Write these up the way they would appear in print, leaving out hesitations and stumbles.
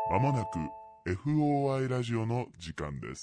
まもなく FOI ラジオの時間です。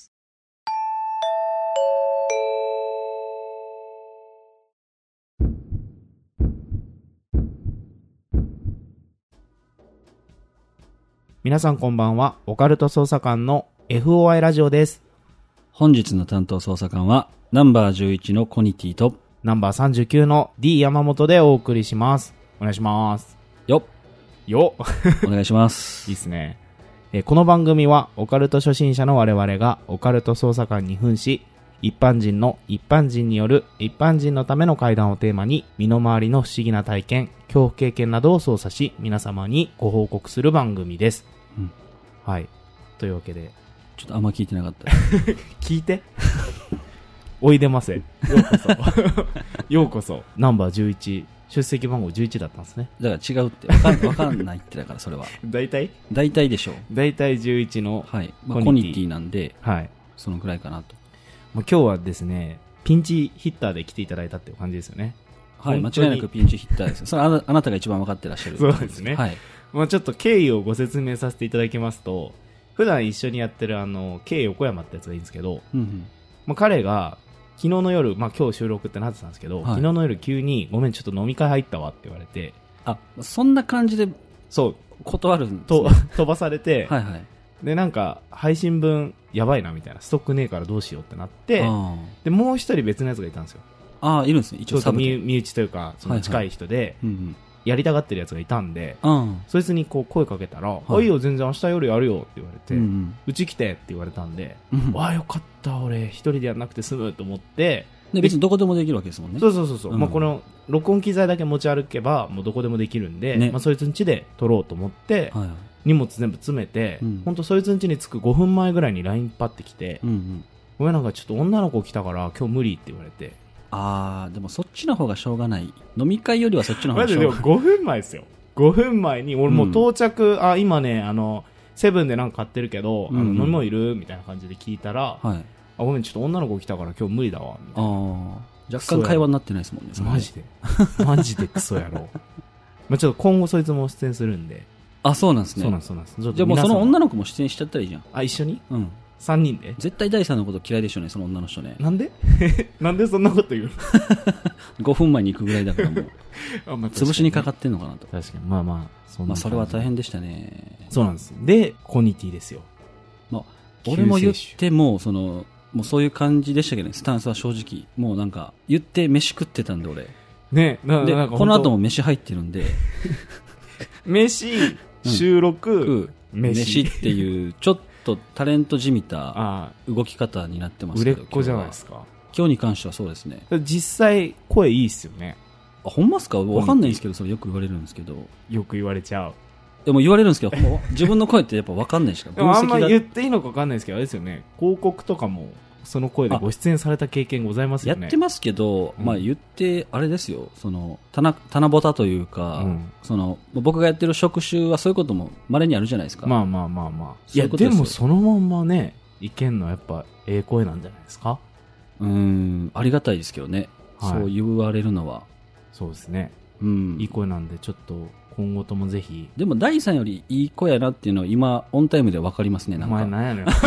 皆さんこんばんは。オカルト捜査官の FOI ラジオです。 本日の担当捜査官はナンバー11のコニティとナンバー39の D 山本でお送りします。お願いします。 よよお願いしますいいっすね。この番組はオカルト初心者の我々がオカルト捜査官に扮し、一般人の一般人による一般人のための怪談をテーマに、身の回りの不思議な体験、恐怖経験などを操作し、皆様にご報告する番組です。 うん、 はい。というわけで、 ちょっとあんま聞いてなかった聞いておいでませ。ようこそようこそ。ナンバー11、出席番号11だったんですね。 だから違うってわかんないってだからそれは大体でしょう。 大体11の、 はい、コニティなんで、 はい、 そのくらいかなと。 今日はですね、ピンチヒッターで来ていただいたっていう感じですよね。 はい、間違いなくピンチヒッターです。それあなたが一番分かってらっしゃる。 そうですね。 はい。 ちょっと経緯をご説明させていただきますと、普段一緒にやってるK 横山ってやつがいいんですけど、彼が昨日の夜、今日収録ってなってたんですけど、昨日の夜急にごめんちょっと飲み会入ったわって言われて、 あ、そんな感じでそう断るんですね。 飛ばされてはいはい。 でなんか配信分やばいなみたいな、ストックねえからどうしようってなって、でもう一人別のやつがいたんですよ。 ああ、いるんですね。一応サブで身内というかその近い人で、やりたがってるやつがいたんで、そいつにこう声かけたら、いいよ全然明日夜やるよって言われて、うち来てって言われたんで、わあよかった俺一人でやんなくて済むと思って、 で別にどこでもできるわけですもんね。 そう、この録音機材だけ持ち歩けばもうどこでもできるんで、そいつん家で撮ろうと思って、荷物全部詰めて、ほんとそいつん家に着く5分前ぐらいに LINE パッて来て、ごめんなんかちょっと女の子来たから今日無理って言われて、 あーでもそっちの方がしょうがない。飲み会よりはそっちの方がしょうがない。 でも5分前ですよ。5分前に俺もう到着、今ねセブンでなんか買ってるけど、飲み物いるみたいな感じで聞いたら、ごめんちょっと女の子来たから今日無理だわみたいな。 若干会話になってないですもんね。 マジでクソやろちょっと今後そいつも出演するんで。 あ、そうなんですね。 そうなんです。 じゃあもうその女の子も出演しちゃったらいいじゃん。 あ、一緒に3人で。 絶対第3のこと嫌いでしょうね、その女の人ね。 なんでなんでそんなこと言う 5分前に行くぐらいだからもう潰しにかかってんのかなと。 確かにまあそれは大変でしたね。 そうなんです。でコニティですよ。 俺も言ってももうそういう感じでしたけどね、スタンスは正直もうなんか言って飯食ってたんで俺ね。 でこの後も飯入ってるんで飯収録、 飯っていうちょっとタレントじみた動き方になってますけど、 売れっ子じゃないですか。 今日に関してはそうですね。 実際声いいっすよね。 あ、ほんまっすか？わかんないんですけど、それよく言われるんですけど。 よく言われちゃう。 でも言われるんですけど自分の声ってやっぱわかんないしかでもあんま言っていいのかわかんないですけど、あれですよね、広告とかもその声でご出演された経験ございますよね。 やってますけど、言ってあれですよ、棚ぼたというか、僕がやってる職種はそういうことも稀にあるじゃないですか。 まあいやでもそのまんまねいけんのはやっぱええ声なんじゃないですか。 ありがたいですけどね、そう言われるのは。 そうですね、いい声なんでちょっと今後ともぜひ。 でも第3よりいい声やなっていうのは今オンタイムで分かりますね。なんかお前なんやねん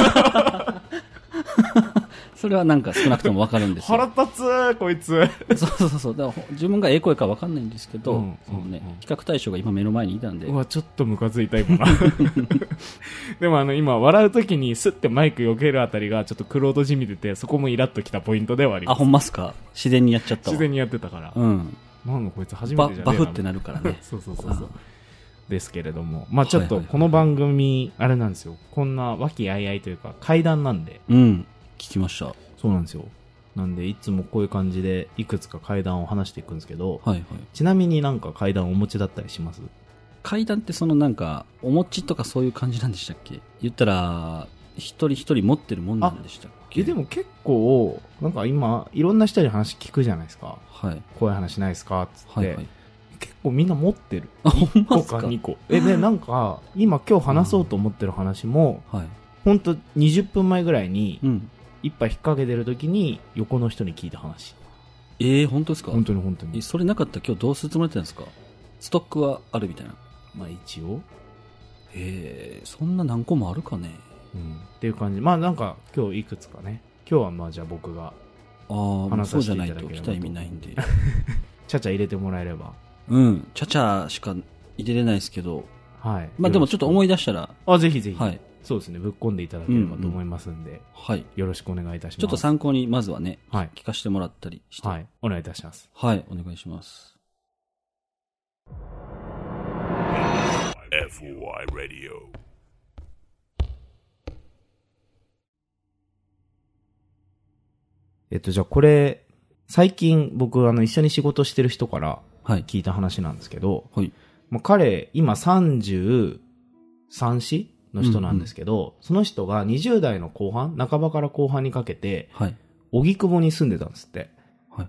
それはなんか少なくとも分かるんですよ。 腹立つこいつそうだから自分がええ声か分かんないんですけど、比較対象が今目の前にいたんで、 うわちょっとムカついた今でも今笑うときにスッてマイク避けるあたりがちょっとクロードじみてて、そこもイラッときたポイントではあります。 あ、ほんまっすか？自然にやっちゃったわ。 自然にやってたから、なんかこいつ初めてじゃねえなバフってなるからねそうですけれども、ちょっとこの番組あれなんですよ、こんな和気あいあいというか怪談なんで、 聞きました。 そうなんですよ。なんでいつもこういう感じでいくつか怪談を話していくんですけど、 はいはい、 ちなみになんか怪談お持ちだったりします？ 怪談ってなんかお持ちとかそういう感じなんでしたっけ？言ったら一人一人持ってるもんなんでしたっけ？ でも結構なんか今いろんな人に話聞くじゃないですか。こういう話ないですかっつって、結構みんな持ってる。1個か2個でなんか今日話そうと思ってる話も、ほんと20分前ぐらいに一杯引っ掛けてる時に横の人に聞いた話。 本当ですか？ 本当にそれなかったら今日どうするつもりだったんですか？ストックはあるみたいな。 一応そんな何個もあるかね。 っていう感じ。まあなんか今日いくつかね。今日はまあじゃあ僕が話させていただければと。そうじゃないと来た意味ないんで。 ちゃちゃ入れてもらえれば。 ちゃちゃしか入れれないですけど。 はい。 まあでもちょっと思い出したら。 ぜひぜひ。はい。そうですね。ぶっ込んでいただければと思いますんで。 はい。 よろしくお願いいたします。 ちょっと参考にまずはね。はい。聞かせてもらったりして。 はい。お願いいたします。 はい。お願いします。 FOI Radio。 じゃあこれ、最近僕一緒に仕事してる人から聞いた話なんですけど、はい。彼、今33、4の人なんですけど、その人が20代の後半、半ばから後半にかけて、はい。荻窪に住んでたんですって。はい。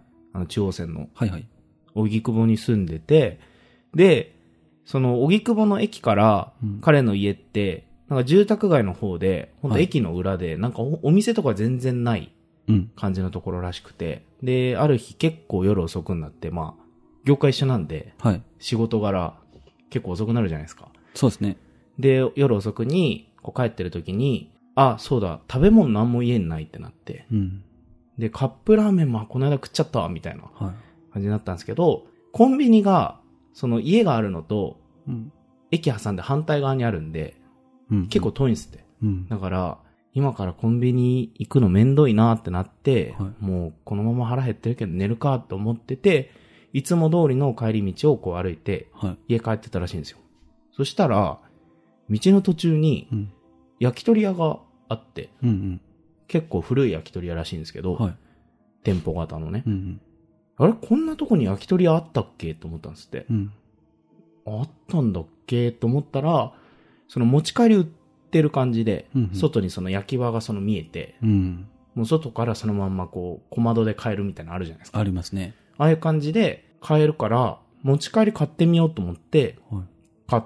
中央線の。はいはい。荻窪に住んでて、で、その荻窪の駅から彼の家って、なんか住宅街の方で、本当駅の裏で、なんかお店とか全然ない感じのところらしくて、で、ある日結構夜遅くになって、まあ、業界一緒なんで、はい。仕事柄結構遅くなるじゃないですか。 そうですね。 で、夜遅くにこう帰ってる時に、そうだ、食べ物なんも家にないってなって、で、カップラーメンもこの間食っちゃったみたいな感じになったんですけど、コンビニが、その家があるのと、駅挟んで反対側にあるんで、結構遠いんですって。だから、今からコンビニ行くのめんどいなってなって、もうこのまま腹減ってるけど寝るかと思ってて、いつも通りの帰り道をこう歩いて、家帰ってたらしいんですよ。そしたら、道の途中に、焼き鳥屋があって、結構古い焼き鳥屋らしいんですけど、店舗型のね、あれこんなとこに焼き鳥屋あったっけと思ったんですって。あったんだっけと思ったら、その持ち帰り売ってる感じで、外にその焼き場がその見えて、もう外からそのまんまこう、小窓で買えるみたいなのあるじゃないですか。 ありますね。 ああいう感じで買えるから、持ち帰り買ってみようと思って、買って、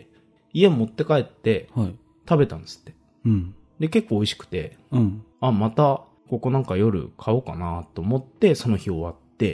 家持って帰って、食べたんですって。で、結構美味しくて、また、ここなんか夜買おうかなと思って、その日終わって、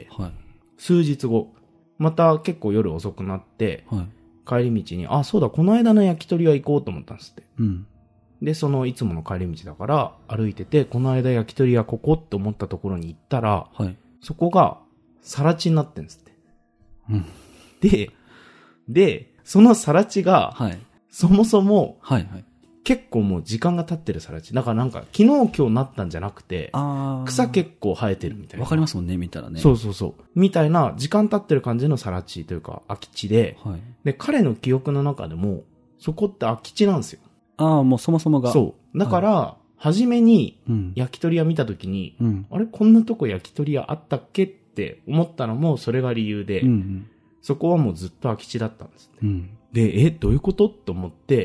数日後、また結構夜遅くなって、帰り道に、そうだ、この間の焼き鳥屋行こうと思ったんですって。で、そのいつもの帰り道だから歩いてて、この間焼き鳥屋ここって思ったところに行ったら、そこが更地になってんですって。で、その更地が、そもそも、結構もう時間が経ってる更地。だからなんか昨日今日なったんじゃなくて、草結構生えてるみたいな。 わかりますもんね、見たらね。 そうそうそう。みたいな時間経ってる感じの更地というか空き地で、で、彼の記憶の中でも、そこって空き地なんですよ。 もうそもそもが。 そう。だから、初めに焼き鳥屋見たときに、あれこんなとこ焼き鳥屋あったっけって思ったのもそれが理由で、そこはもうずっと空き地だったんですって。で、どういうことと思って、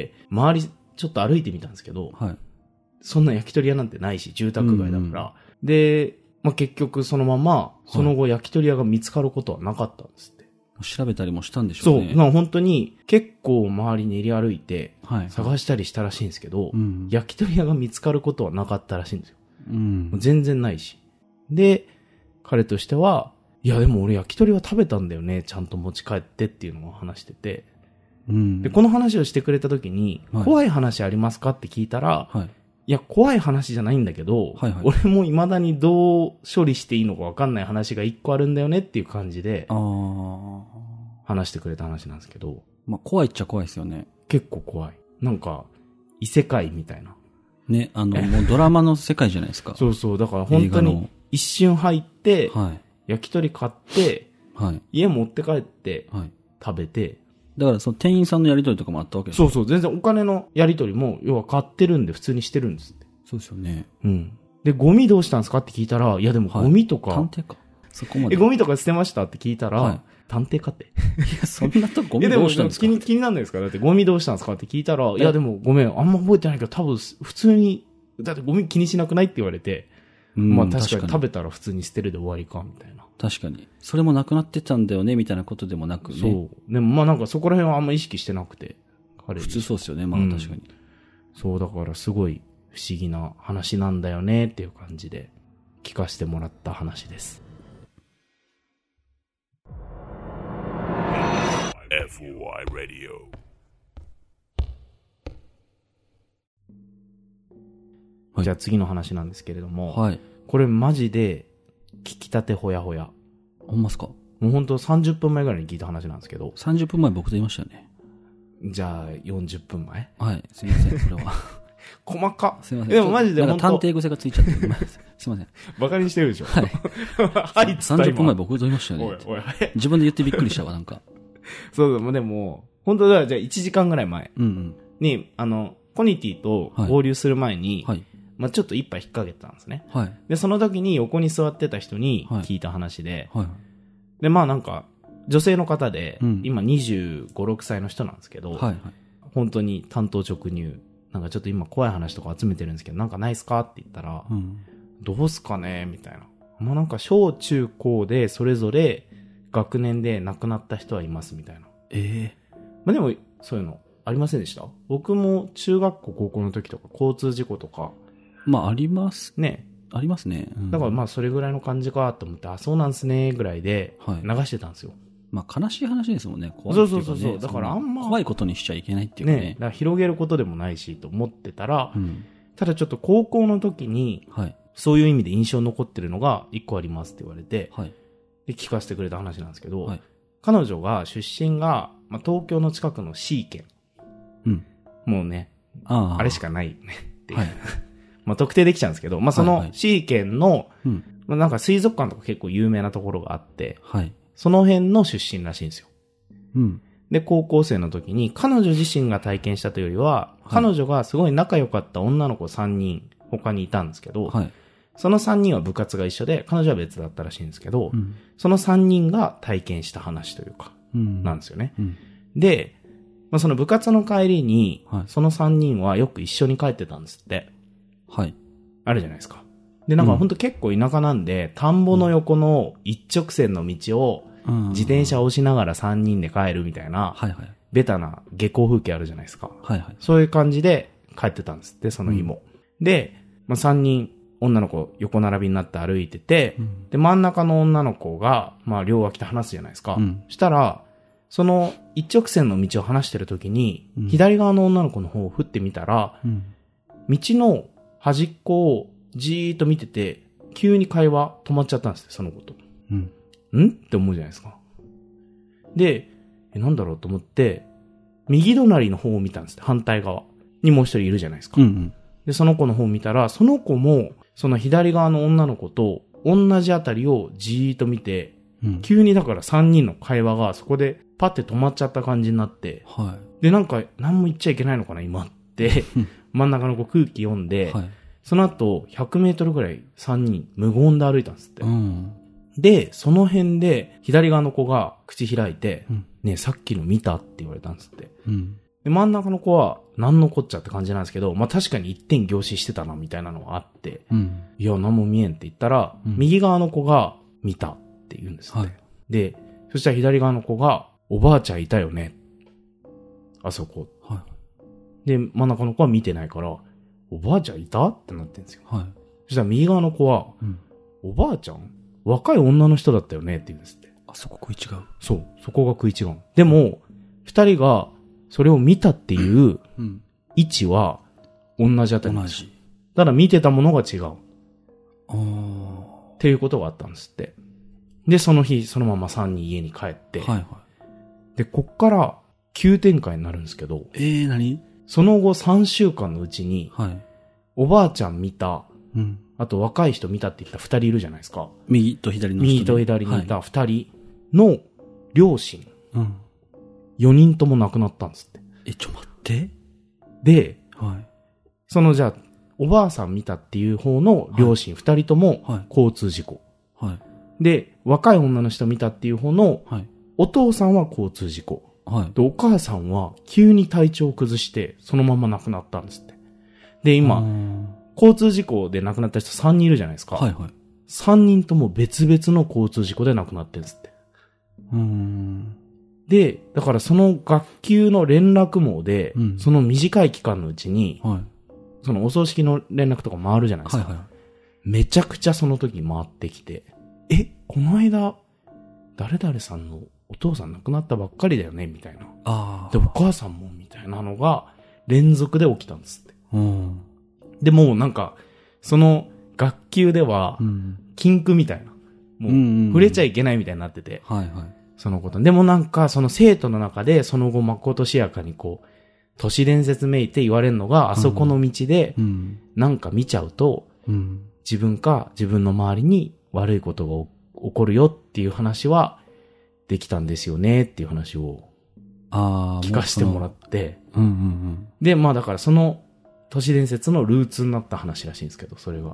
周りちょっと歩いてみたんですけど、そんな焼き鳥屋なんてないし、住宅街だから。で、結局そのまま、その後焼き鳥屋が見つかることはなかったんですって。 調べたりもしたんでしょうね。 そう。本当に結構周り練り歩いて、探したりしたらしいんですけど、焼き鳥屋が見つかることはなかったらしいんですよ。全然ないし。で、彼としては、いやでも俺焼き鳥は食べたんだよね、ちゃんと持ち帰ってっていうのを話してて、で、この話をしてくれた時に、怖い話ありますかって聞いたら、いや、怖い話じゃないんだけど、俺も未だにどう処理していいのか分かんない話が一個あるんだよねっていう感じで、話してくれた話なんですけど。 怖いっちゃ怖いですよね。 結構怖い。なんか、異世界みたいな。 ね、もうドラマの世界じゃないですか。 そうそう、だから本当に一瞬入って、焼き鳥買って、家持って帰って、食べて、 だからその店員さんのやり取りとかもあったわけですか？そうそう、全然お金のやり取りも、要は買ってるんで普通にしてるんですって。 そうですよね。 で、ゴミどうしたんですかって聞いたら、いやでもゴミとか。 探偵か。そこまで。 ゴミとか捨てましたって聞いたら、探偵かって。いや、そんなとこゴミどうしたんですか？ 気になんないですか？だってゴミどうしたんですかって聞いたら、いやでもごめん、あんま覚えてないけど多分普通に、だってゴミ気にしなくないって言われて、確かに食べたら普通に捨てるで終わりか、みたいな。 確かに。それもなくなってたんだよね、みたいなことでもなくね。 そう。でもなんかそこら辺はあんま意識してなくて。 普通そうですよね、確かに。 そう、だからすごい不思議な話なんだよねっていう感じで聞かせてもらった話です。 FOI Radio。 じゃあ次の話なんですけれども、これマジで聞きたてほやほや。 ほんますか？ もうほんと30分前ぐらいに聞いた話なんですけど。 30分前僕と言いましたよね。 じゃあ40分前？ はい、すいません、それは。 細か。 すいません。 でもマジでなんか探偵癖がついちゃって。すいません。 バカにしてるでしょ。はい。 はい、30分前僕と言いましたよね。おい自分で言ってびっくりしたわ、なんか。 そうでも、本当だ、じゃあ1時間ぐらい前に、コニティと合流する前に、まあちょっと一杯引っ掛けてたんですね。はい。で、その時に横に座ってた人に聞いた話で、はい。で、まあなんか、女性の方で、今25、6歳の人なんですけど、はいはい。本当に単刀直入、なんかちょっと今怖い話とか集めてるんですけど、なんかないっすかって言ったら、どうすかねみたいな。まあなんか小中高でそれぞれ学年で亡くなった人はいますみたいな。まあでも、そういうのありませんでした？僕も中学校高校の時とか交通事故とか。 まあありますね。ありますね。 だからまあそれぐらいの感じかと思って、あ、そうなんすねぐらいで流してたんですよ。 まあ悲しい話ですもんね。怖いっていうかね。 そう。だからあんま。 怖いことにしちゃいけないっていうかね。 だから広げることでもないしと思ってたら、ただちょっと高校の時に、そういう意味で印象に残ってるのが一個ありますって言われて、で聞かせてくれた話なんですけど、彼女が出身が、まあ、東京の近くの C 県。もうね、あれしかないよねっていう。まあ特定できちゃうんですけど、まあその C 県の、まあなんか水族館とか結構有名なところがあって、その辺の出身らしいんですよ。で、高校生の時に彼女自身が体験したというよりは、彼女がすごい仲良かった女の子3人他にいたんですけど、その3人は部活が一緒で、彼女は別だったらしいんですけど、その3人が体験した話というか、なんですよね。で、まあ、その部活の帰りに、その3人はよく一緒に帰ってたんですって。あるじゃないですか。で、なんかほんと結構田舎なんで、田んぼの横の一直線の道を、自転車を押しながら3人で帰るみたいな、ベタな下校風景あるじゃないですか。そういう感じで帰ってたんですって、その日も。で、まあ、3人、女の子横並びになって歩いてて、で、真ん中の女の子が、まあ、両脇で話すじゃないですか。したら、その一直線の道を話してる時に、左側の女の子の方を振ってみたら、道の端っこをじーっと見てて、急に会話止まっちゃったんですよ、その子と。んって思うじゃないですか。で、なんだろうと思って、右隣の方を見たんです。反対側にもう一人いるじゃないですか。で、その子の方を見たら、その子も、その左側の女の子と同じあたりをじーっと見て、急にだから3人の会話がそこでパッて止まっちゃった感じになって、で、なんか何も言っちゃいけないのかな、今って、真ん中の子空気読んで、その後100メートルぐらい3人無言で歩いたんですって。で、その辺で左側の子が口開いて、ねえ、さっきの見たって言われたんですって。で、真ん中の子は何のこっちゃって感じなんですけど、まあ確かに一点凝視してたなみたいなのがあって、いや、何も見えんって言ったら、右側の子が見たって言うんですって。で、そしたら左側の子が、おばあちゃんいたよね。あそこ。で、真ん中の子は見てないから、おばあちゃんいたってなってるんですよ。そしたら右側の子は、おばあちゃん若い女の人だったよねって言うんですって。 あそこ食い違う。 そう。そこが食い違う。でも、二人がそれを見たっていう位置は同じあたりなんです。ただ見てたものが違う。っていうことがあったんですって。で、その日、そのまま3人家に帰って。で、こっから急展開になるんですけど。 何？ その後3週間のうちに、おばあちゃん見た、あと若い人見たって言った2人いるじゃないですか。 右と左の人。 右と左にいた2人の両親。4人とも亡くなったんですって。 ちょ待って。 で、そのじゃあ、おばあさん見たっていう方の両親2人とも交通事故。で、若い女の人見たっていう方のお父さんは交通事故。で、お母さんは急に体調を崩してそのまま亡くなったんですって。で、今、交通事故で亡くなった人3人いるじゃないですか。3人とも別々の交通事故で亡くなってるんですって。で、だからその学級の連絡網で、その短い期間のうちに、そのお葬式の連絡とか回るじゃないですか。めちゃくちゃその時回ってきて、この間、誰々さんのお父さん亡くなったばっかりだよねみたいな。で、お母さんもみたいなのが連続で起きたんですって。で、もうなんか、 その学級では、禁句みたいな。もう、触れちゃいけないみたいになってて。 はいはい。 そのこと。でもなんか、その生徒の中で、その後、まことしやかにこう、都市伝説めいて言われるのが、あそこの道で、なんか見ちゃうと、自分か自分の周りに悪いことが起こるよっていう話は、できたんですよねっていう話を、聞かせてもらって、で、まあだからその、都市伝説のルーツになった話らしいんですけど、それが。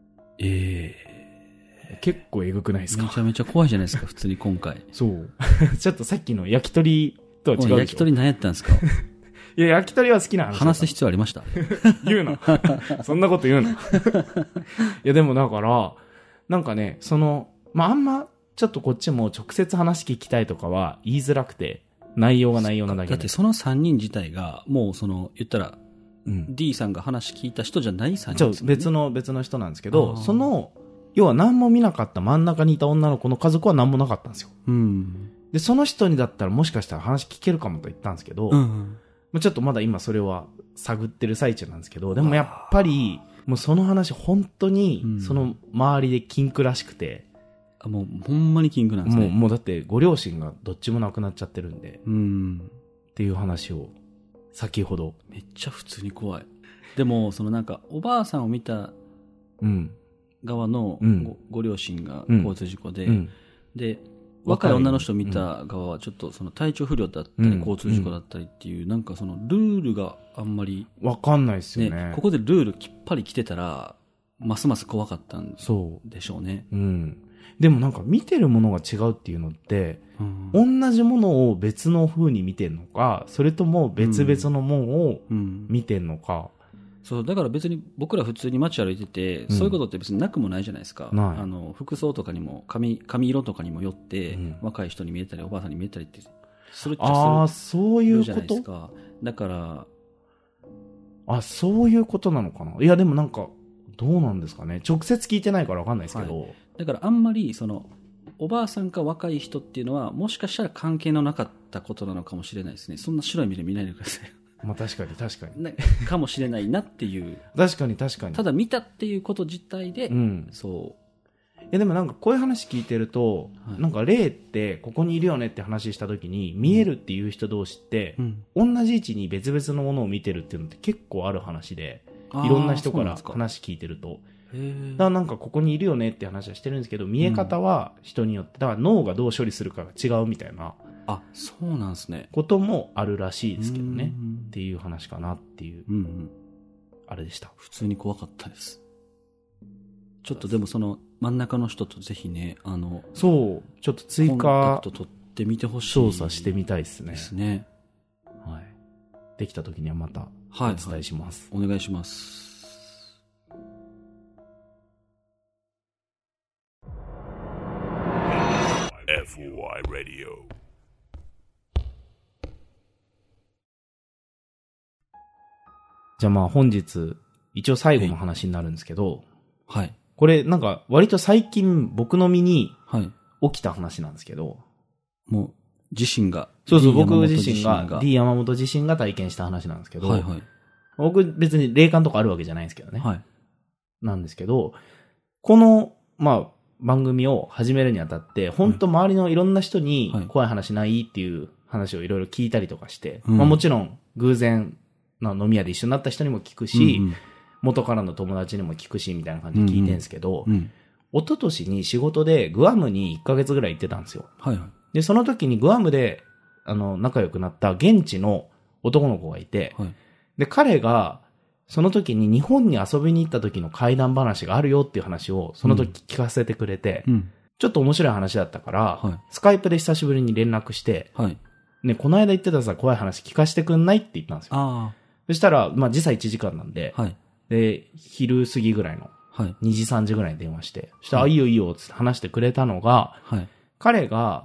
結構えぐくないですか？ めちゃめちゃ怖いじゃないですか、普通に今回。 そう。ちょっとさっきの焼き鳥とは違うでしょ。 焼き鳥何やったんですか？ いや、焼き鳥は好きな話。 話す必要ありました？ 言うな。そんなこと言うな。いや、でもだから、なんかね、その、まあ、あんま、ちょっとこっちも直接話聞きたいとかは言いづらくて、内容が内容なだけで。 だってその3人自体が、もうその、言ったら、D さんが話聞いた人じゃない3人ですもんね。別の人なんですけど、その、要は何も見なかった真ん中にいた女の子の家族は何もなかったんですよ。で、その人にだったらもしかしたら話聞けるかもと言ったんですけど、ちょっとまだ今それは探ってる最中なんですけど、でもやっぱり、もうその話本当に、その周りで禁句らしくて、 もうほんまに禁句なんですね。 もうだってご両親がどっちも亡くなっちゃってるんで、っていう話を先ほど。 めっちゃ普通に怖い。でも、そのなんかおばあさんを見た側のご両親が交通事故で、で、若い女の人を見た側はちょっとその体調不良だったり、交通事故だったりっていう、なんかそのルールがあんまり。 わかんないですよね。 ここでルールきっぱり来てたら、ますます怖かったんでしょうね。 でもなんか見てるものが違うっていうのって、同じものを別の風に見てんのか、それとも別々のものを見てんのか。 そう、だから別に僕ら普通に街歩いてて、そういうことって別になくもないじゃないですか。服装とかにも、髪色とかにもよって、若い人に見えたり、おばあさんに見えたりってするっちゃする。 そういうことじゃないですか。だから、 そういうことなのかな。いや、でもなんか、どうなんですかね。直接聞いてないからわかんないですけど。 だからあんまり、その、おばあさんか若い人っていうのは、もしかしたら関係のなかったことなのかもしれないですね。そんな白い目で見ないでください。 まあ確かに。 かもしれないなっていう。 確かに。 ただ見たっていうこと自体で、そう。 いやでもなんかこういう話聞いてると、なんか霊ってここにいるよねって話した時に、見えるっていう人同士って、同じ位置に別々のものを見てるっていうのって結構ある話で、いろんな人から話聞いてると。だからなんかここにいるよねって話はしてるんですけど、見え方は人によって、だから脳がどう処理するかが違うみたいな。 そうなんですね。 こともあるらしいですけどね。っていう話かなっていう、あれでした。 普通に怖かったです。ちょっとでもその真ん中の人とぜひね、 そう、ちょっと追加、 コンタクト取ってみてほしい。 調査してみたいですね。 ですね。 はい。できた時にはまたお伝えします。 お願いします。 FOI Radio。 じゃあまあ本日、一応最後の話になるんですけど、これなんか割と最近僕の身に起きた話なんですけど、 もう自身が。 そう、僕自身が、D 山本自身が体験した話なんですけど、僕別に霊感とかあるわけじゃないんですけどね。なんですけど、この、まあ、番組を始めるにあたって、本当周りのいろんな人に怖い話ないっていう話をいろいろ聞いたりとかして、まあもちろん偶然の飲み屋で一緒になった人にも聞くし、元からの友達にも聞くし、みたいな感じで聞いてるんですけど、一昨年に仕事でグアムに1ヶ月ぐらい行ってたんですよ。で、その時にグアムで、仲良くなった現地の男の子がいて、で、彼が、その時に日本に遊びに行った時の怪談話があるよっていう話をその時聞かせてくれて、ちょっと面白い話だったから、スカイプで久しぶりに連絡して、ね、この間言ってたさ、怖い話聞かせてくんないって言ったんですよ。そしたら、まあ時差1時間なんで、で、昼過ぎぐらいの、2時3時ぐらいに電話して、そしたら、いいよいいよって話してくれたのが、彼が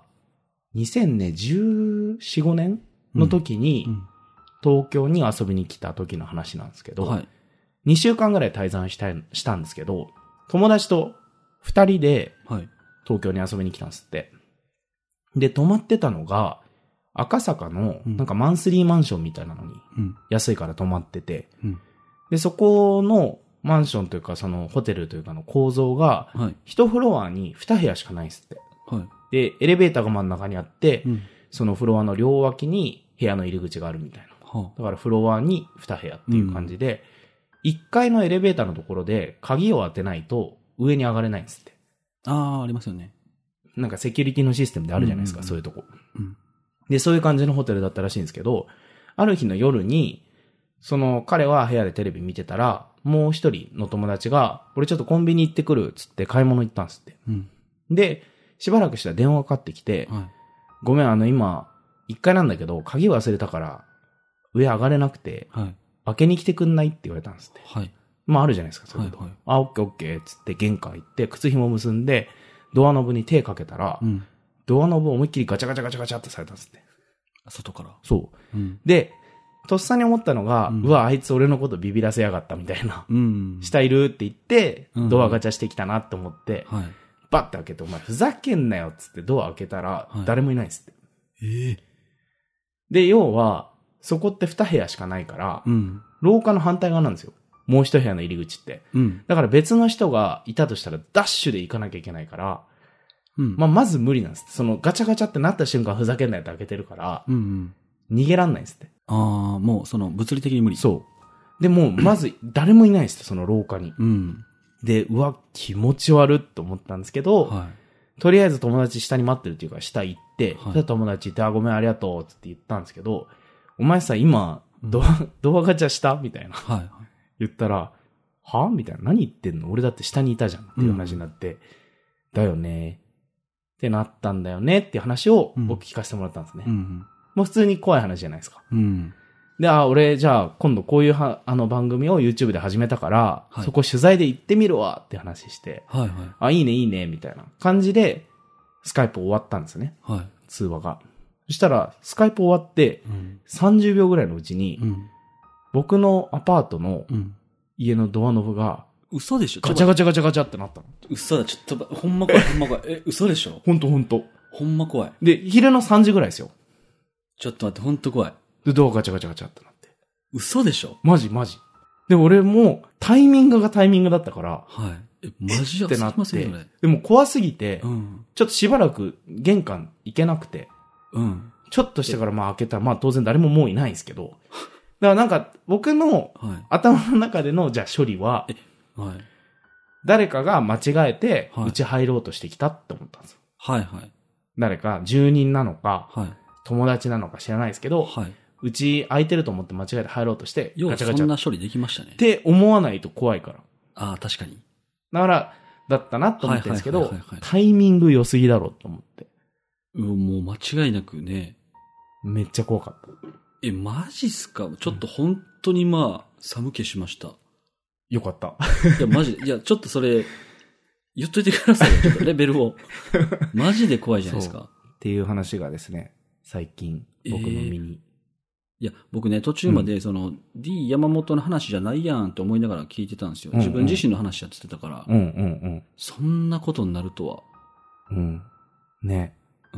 2014、5年の時に、東京に遊びに来た時の話なんですけど、2週間ぐらい滞在したんですけど、友達と2人で東京に遊びに来たんですって。で、泊まってたのが、赤坂のなんかマンスリーマンションみたいなのに、安いから泊まってて、で、そこの、 マンションというか、そのホテルというかの構造が、1フロアに2部屋しかないんですって。はい。で、エレベーターが真ん中にあって、そのフロアの両脇に部屋の入り口があるみたいな。だからフロアに2部屋っていう感じで、1階のエレベーターのところで鍵を当てないと上に上がれないんですって。 ありますよね。 なんかセキュリティのシステムであるじゃないですか、そういうとこ。で、そういう感じのホテルだったらしいんですけど、ある日の夜に、その彼は部屋でテレビ見てたら、もう一人の友達が、俺ちょっとコンビニ行ってくるっつって買い物行ったんですって。で、しばらくしたら電話がかかってきて、ごめん、今、1階なんだけど、鍵忘れたから、上上がれなくて、開けに来てくんないって言われたんですって。まああるじゃないですか、そういうこと。オッケーオッケーっつって玄関行って、靴紐結んで、ドアノブに手かけたら、ドアノブを思いっきりガチャガチャガチャガチャってされたんですって。 外から。 そう。で、とっさに思ったのが、うわ、あいつ俺のことビビらせやがったみたいな。下いるって言って、ドアガチャしてきたなって思って、バッて開けて、お前ふざけんなよっつってドア開けたら、誰もいないんですって。で、要は、そこって2部屋しかないから、廊下の反対側なんですよ。もう1部屋の入り口って。だから別の人がいたとしたらダッシュで行かなきゃいけないから、まず無理なんです。そのガチャガチャってなった瞬間ふざけんなよって開けてるから、逃げらんないんですって。 もうその物理的に無理。 そう。で、もうまず誰もいないんですって、その廊下に。で、うわ、気持ち悪って思ったんですけど、とりあえず友達下に待ってるっていうから下行って、友達いて、ごめんありがとうって言ったんですけど、お前さ、今、ドアガチャしたみたいな。言ったら、はみたいな。何言ってんの俺だって下にいたじゃんっていう話になって、だよねってなったんだよねっていう話を僕聞かせてもらったんですね。もう普通に怖い話じゃないですか。で、俺、じゃあ今度こういう番組を YouTube で始めたから、そこ取材で行ってみるわって話して、いいねいいねみたいな感じで、スカイプ終わったんですね。通話が。そしたら、スカイプ終わって、30秒ぐらいのうちに、僕のアパートの家のドアノブが、 嘘でしょガチャガチャガチャガチャってなったの。 嘘だ、ちょっと、ほんま怖い、ほんま怖い。嘘でしょほんと。 ほんま怖い。 で、昼の3時ぐらいですよ。 ちょっと待って、ほんと怖い。 で、ドアガチャガチャガチャってなって。 嘘でしょマジ。で、俺も、タイミングがタイミングだったから、 マジってなって、でも怖すぎて、ちょっとしばらく玄関行けなくて、ちょっとしてから開けたら、当然誰ももういないんですけど、だからなんか僕の頭の中でのじゃあ処理は、誰かが間違えてうち入ろうとしてきたって思ったんですよ。誰か住人なのか、友達なのか知らないですけど、うち空いてると思って間違えて入ろうとして、 ガチャガチャ。そんな処理できましたね。 って思わないと怖いから。 確かに。 だから、だったなと思ってるんですけど、タイミング良すぎだろうと思って。 もう間違いなくね。 めっちゃ怖かった。 マジっすか？ちょっと本当に寒気しました。 よかった。 いや、マジで。いや、ちょっとそれ、言っといてくださいよ。ちょっとレベルを。マジで怖いじゃないですか。 っていう話がですね、最近、僕の身に。 いや、僕ね、途中まで、D 山本の話じゃないやんって思いながら聞いてたんですよ。自分自身の話やってたから。そんなことになるとは。 ね。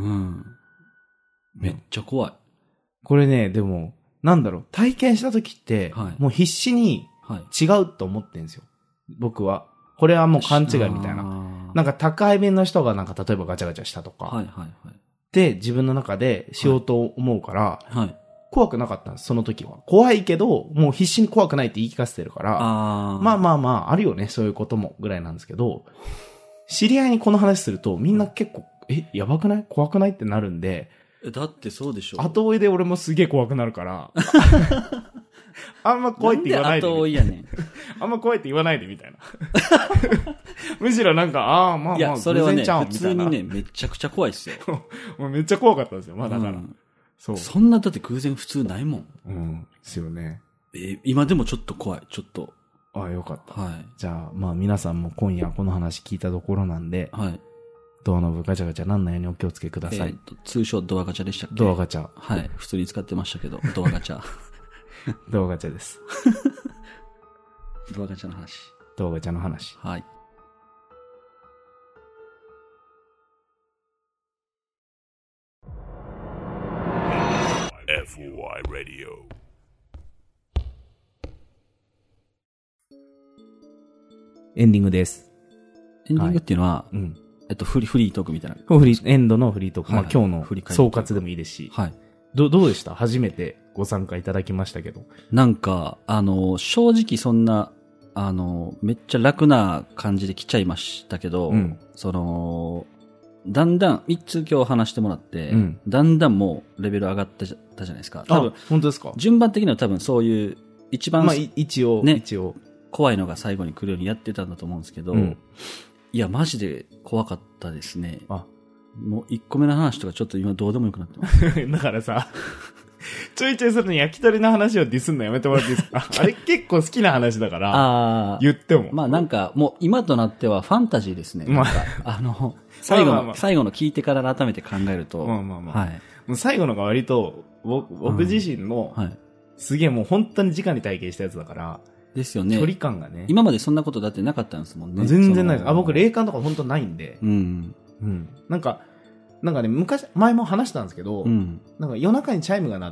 めっちゃ怖い。 これね、でも、なんだろう、体験した時って、もう必死に違うと思ってんですよ。僕は。これはもう勘違いみたいな。なんか宅配便の人がなんか例えばガチャガチャしたとか。で、自分の中でしようと思うから、怖くなかったんです、その時は。怖いけど、もう必死に怖くないって言い聞かせてるから、あるよね、そういうことも、ぐらいなんですけど、知り合いにこの話すると、みんな結構、やばくない？怖くないってなるんで、 だってそうでしょ。 後追いで俺もすげえ怖くなるから、あんま怖いって言わないで。 なんで後追いやねん。 あんま怖いって言わないでみたいな。むしろなんか、 いや、それはね、普通にね、めちゃくちゃ怖いっすよ。 もうめっちゃ怖かったんですよ、だから。 そんなだって偶然普通ないもん。ですよね。 今でもちょっと怖い、ちょっと。 よかった。じゃあ、皆さんも今夜この話聞いたところなんで、ドアノブガチャガチャなんないようにお気をつけください。 通称ドアガチャでしたっけ？ ドアガチャ。 普通に使ってましたけど、ドアガチャ。 ドアガチャです。 ドアガチャの話。 ドアガチャの話。 FOI Radio エンディングです。 エンディングっていうのは、フリートークみたいな。 エンドのフリートーク。まあ今日の総括でもいいですし。はい。どうでした？初めてご参加いただきましたけど。 なんか、正直そんな、めっちゃ楽な感じで来ちゃいましたけど、だんだん、3つ今日話してもらって、だんだんもうレベル上がったじゃないですか。多分、 本当ですか？ 順番的には多分そういう、一番、 まあ一応、 怖いのが最後に来るようにやってたんだと思うんですけど、いや、マジで怖かったですね。もう1個目の話とかちょっと今どうでもよくなってます。 だからさ、ちょいちょいその焼き鳥の話をディスんのやめてもらっていいですか？あれ結構好きな話だから、言っても。 まあなんか、もう今となってはファンタジーですね。なんか、最後の聞いてから改めて考えると。はい。 もう最後のが割と、僕自身の、すげえもう本当に直に体験したやつだから、 ですよね。 距離感がね。 今までそんなことだってなかったんですもんね。 全然ないです。僕霊感とか本当ないんで。なんかね、前も話したんですけど、なんか夜中にチャイムが鳴って、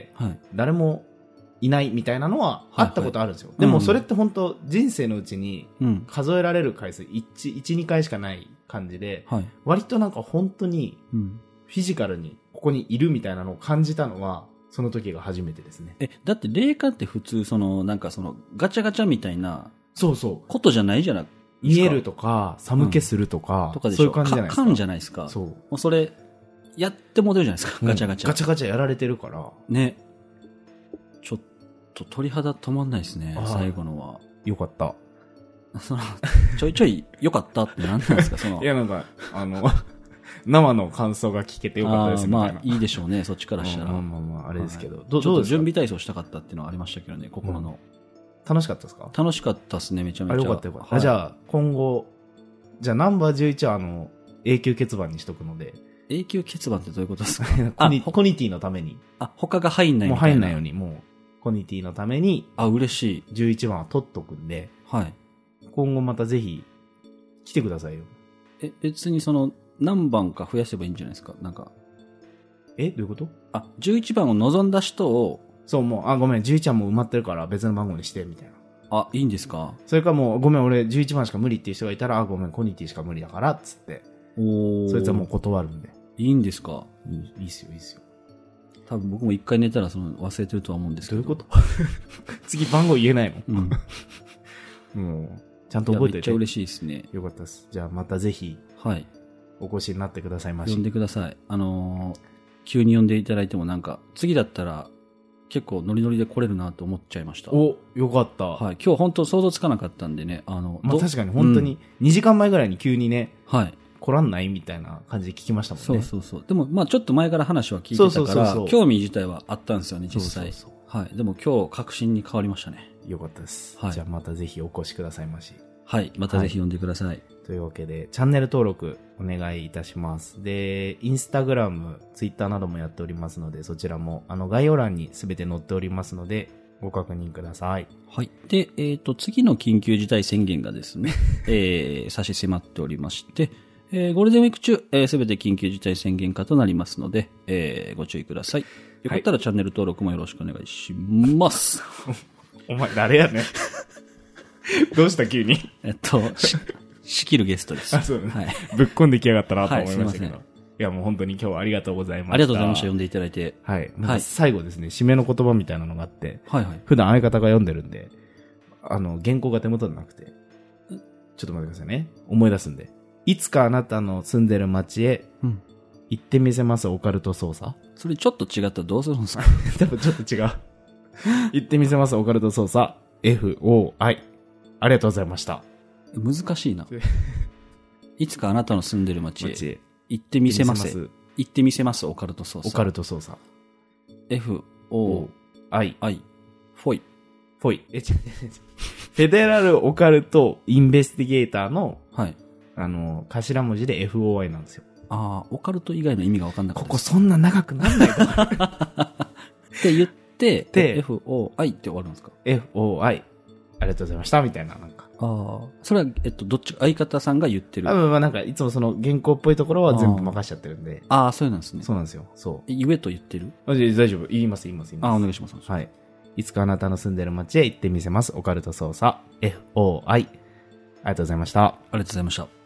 誰もいないみたいなのはあったことあるんですよ。でもそれって本当人生のうちに数えられる回数1、2回しかない感じで、割となんか本当にフィジカルにここにいるみたいなのを感じたのは、その時が初めてですね。 だって霊感って普通なんかガチャガチャみたいな、ことじゃないじゃない見えるとか、寒気するとか、そういう感じじゃないですか。 感じゃないですか。そう。もうそれ、やっても出るじゃないですか、ガチャガチャ。 ガチャガチャやられてるから。 ね。ちょっと鳥肌止まんないですね、最後のは。 よかった。 ちょいちょいよかったって何なんですか、 いやなんか、生の感想が聞けてよかったですみたいな。 まあいいでしょうね、そっちからしたら。 あれですけど。 ちょっと準備体操したかったっていうのはありましたけどね、心の。 楽しかったですか？ 楽しかったですね、めちゃめちゃ。 よかったよかった。じゃあ、今後、じゃあナンバー11は永久欠番にしとくので。 永久欠番ってどういうことですか？ コニティのために。 他が入んないみたいな。 もう入んないように、もう、コニティのために。 嬉しい。 11番は取っとくんで。 はい。 今後またぜひ、来てくださいよ。 別に何番か増やせばいいんじゃないですか？なんか。 どういうこと？ 11番を望んだ人を。 そう、もう、ごめん、11番も埋まってるから別の番号にして、みたいな。 いいんですか？それかもう、ごめん、俺11番しか無理っていう人がいたら、ごめん、コニティしか無理だから、つって。そいつはもう断るんで。 いいんですか？ いいっすよ、いいっすよ。 多分僕も一回寝たら忘れてるとは思うんですけど。 どういうこと？次番号言えないの？もう、ちゃんと覚えておいて。 めっちゃ嬉しいですね。 よかったです。じゃあまたぜひ、お越しになってくださいまし。 呼んでください。急に呼んでいただいてもなんか、次だったら、結構ノリノリで来れるなと思っちゃいました。 よかった。 はい。今日本当想像つかなかったんでね。 確かに本当に2時間前ぐらいに急にね、来らんないみたいな感じで聞きましたもんね。 そう。でもちょっと前から話は聞いてたから、興味自体はあったんですよね、実際。はい。でも今日確信に変わりましたね。 よかったです。じゃあまたぜひお越しくださいまし。 はい。またぜひ呼んでください。 というわけで、チャンネル登録お願いいたします。で、インスタグラム、ツイッターなどもやっておりますので、そちらも概要欄にすべて載っておりますので、ご確認ください。 はい。で、次の緊急事態宣言がですね、差し迫っておりまして、ゴールデンウィーク中、すべて緊急事態宣言下となりますので、ご注意ください。よかったらチャンネル登録もよろしくお願いします。 お前誰やねん。どうした急に。 仕切るゲストです。 そうね。はい。ぶっこんできやがったなと思いましたけど。いやもう本当に今日はありがとうございました。 ありがとうございました。呼んでいただいて。 はい。なんか最後ですね、締めの言葉みたいなのがあって、普段相方が読んでるんで、原稿が手元でなくて、ちょっと待ってくださいね。思い出すんで。いつかあなたの住んでる街へ、行ってみせますオカルト捜査。 それちょっと違ったらどうするんですか？ 多分ちょっと違う。行ってみせますオカルト捜査。FOI。ありがとうございました。 難しいな。いつかあなたの住んでる街へ行ってみせます。行ってみせますオカルト捜査。 オカルト捜査。 FOI。フォイ。 フェデラルオカルトインベスティゲーターの、頭文字で FOI なんですよ。 オカルト以外の意味が分かんなかった。 ここそんな長くなんないから。 って言って、FOI って終わるんですか？ FOI。ありがとうございました、みたいな、なんか。 それは、どっち、相方さんが言ってる？ なんか、いつもその原稿っぽいところは全部任しちゃってるんで。 そうなんですね。 そうなんですよ。そう。 言えと言ってる？ 大丈夫。言います。 お願いします。 はい。いつかあなたの住んでる街へ行ってみせます。オカルト捜査。FOI。 がとうございました。 ありがとうございました。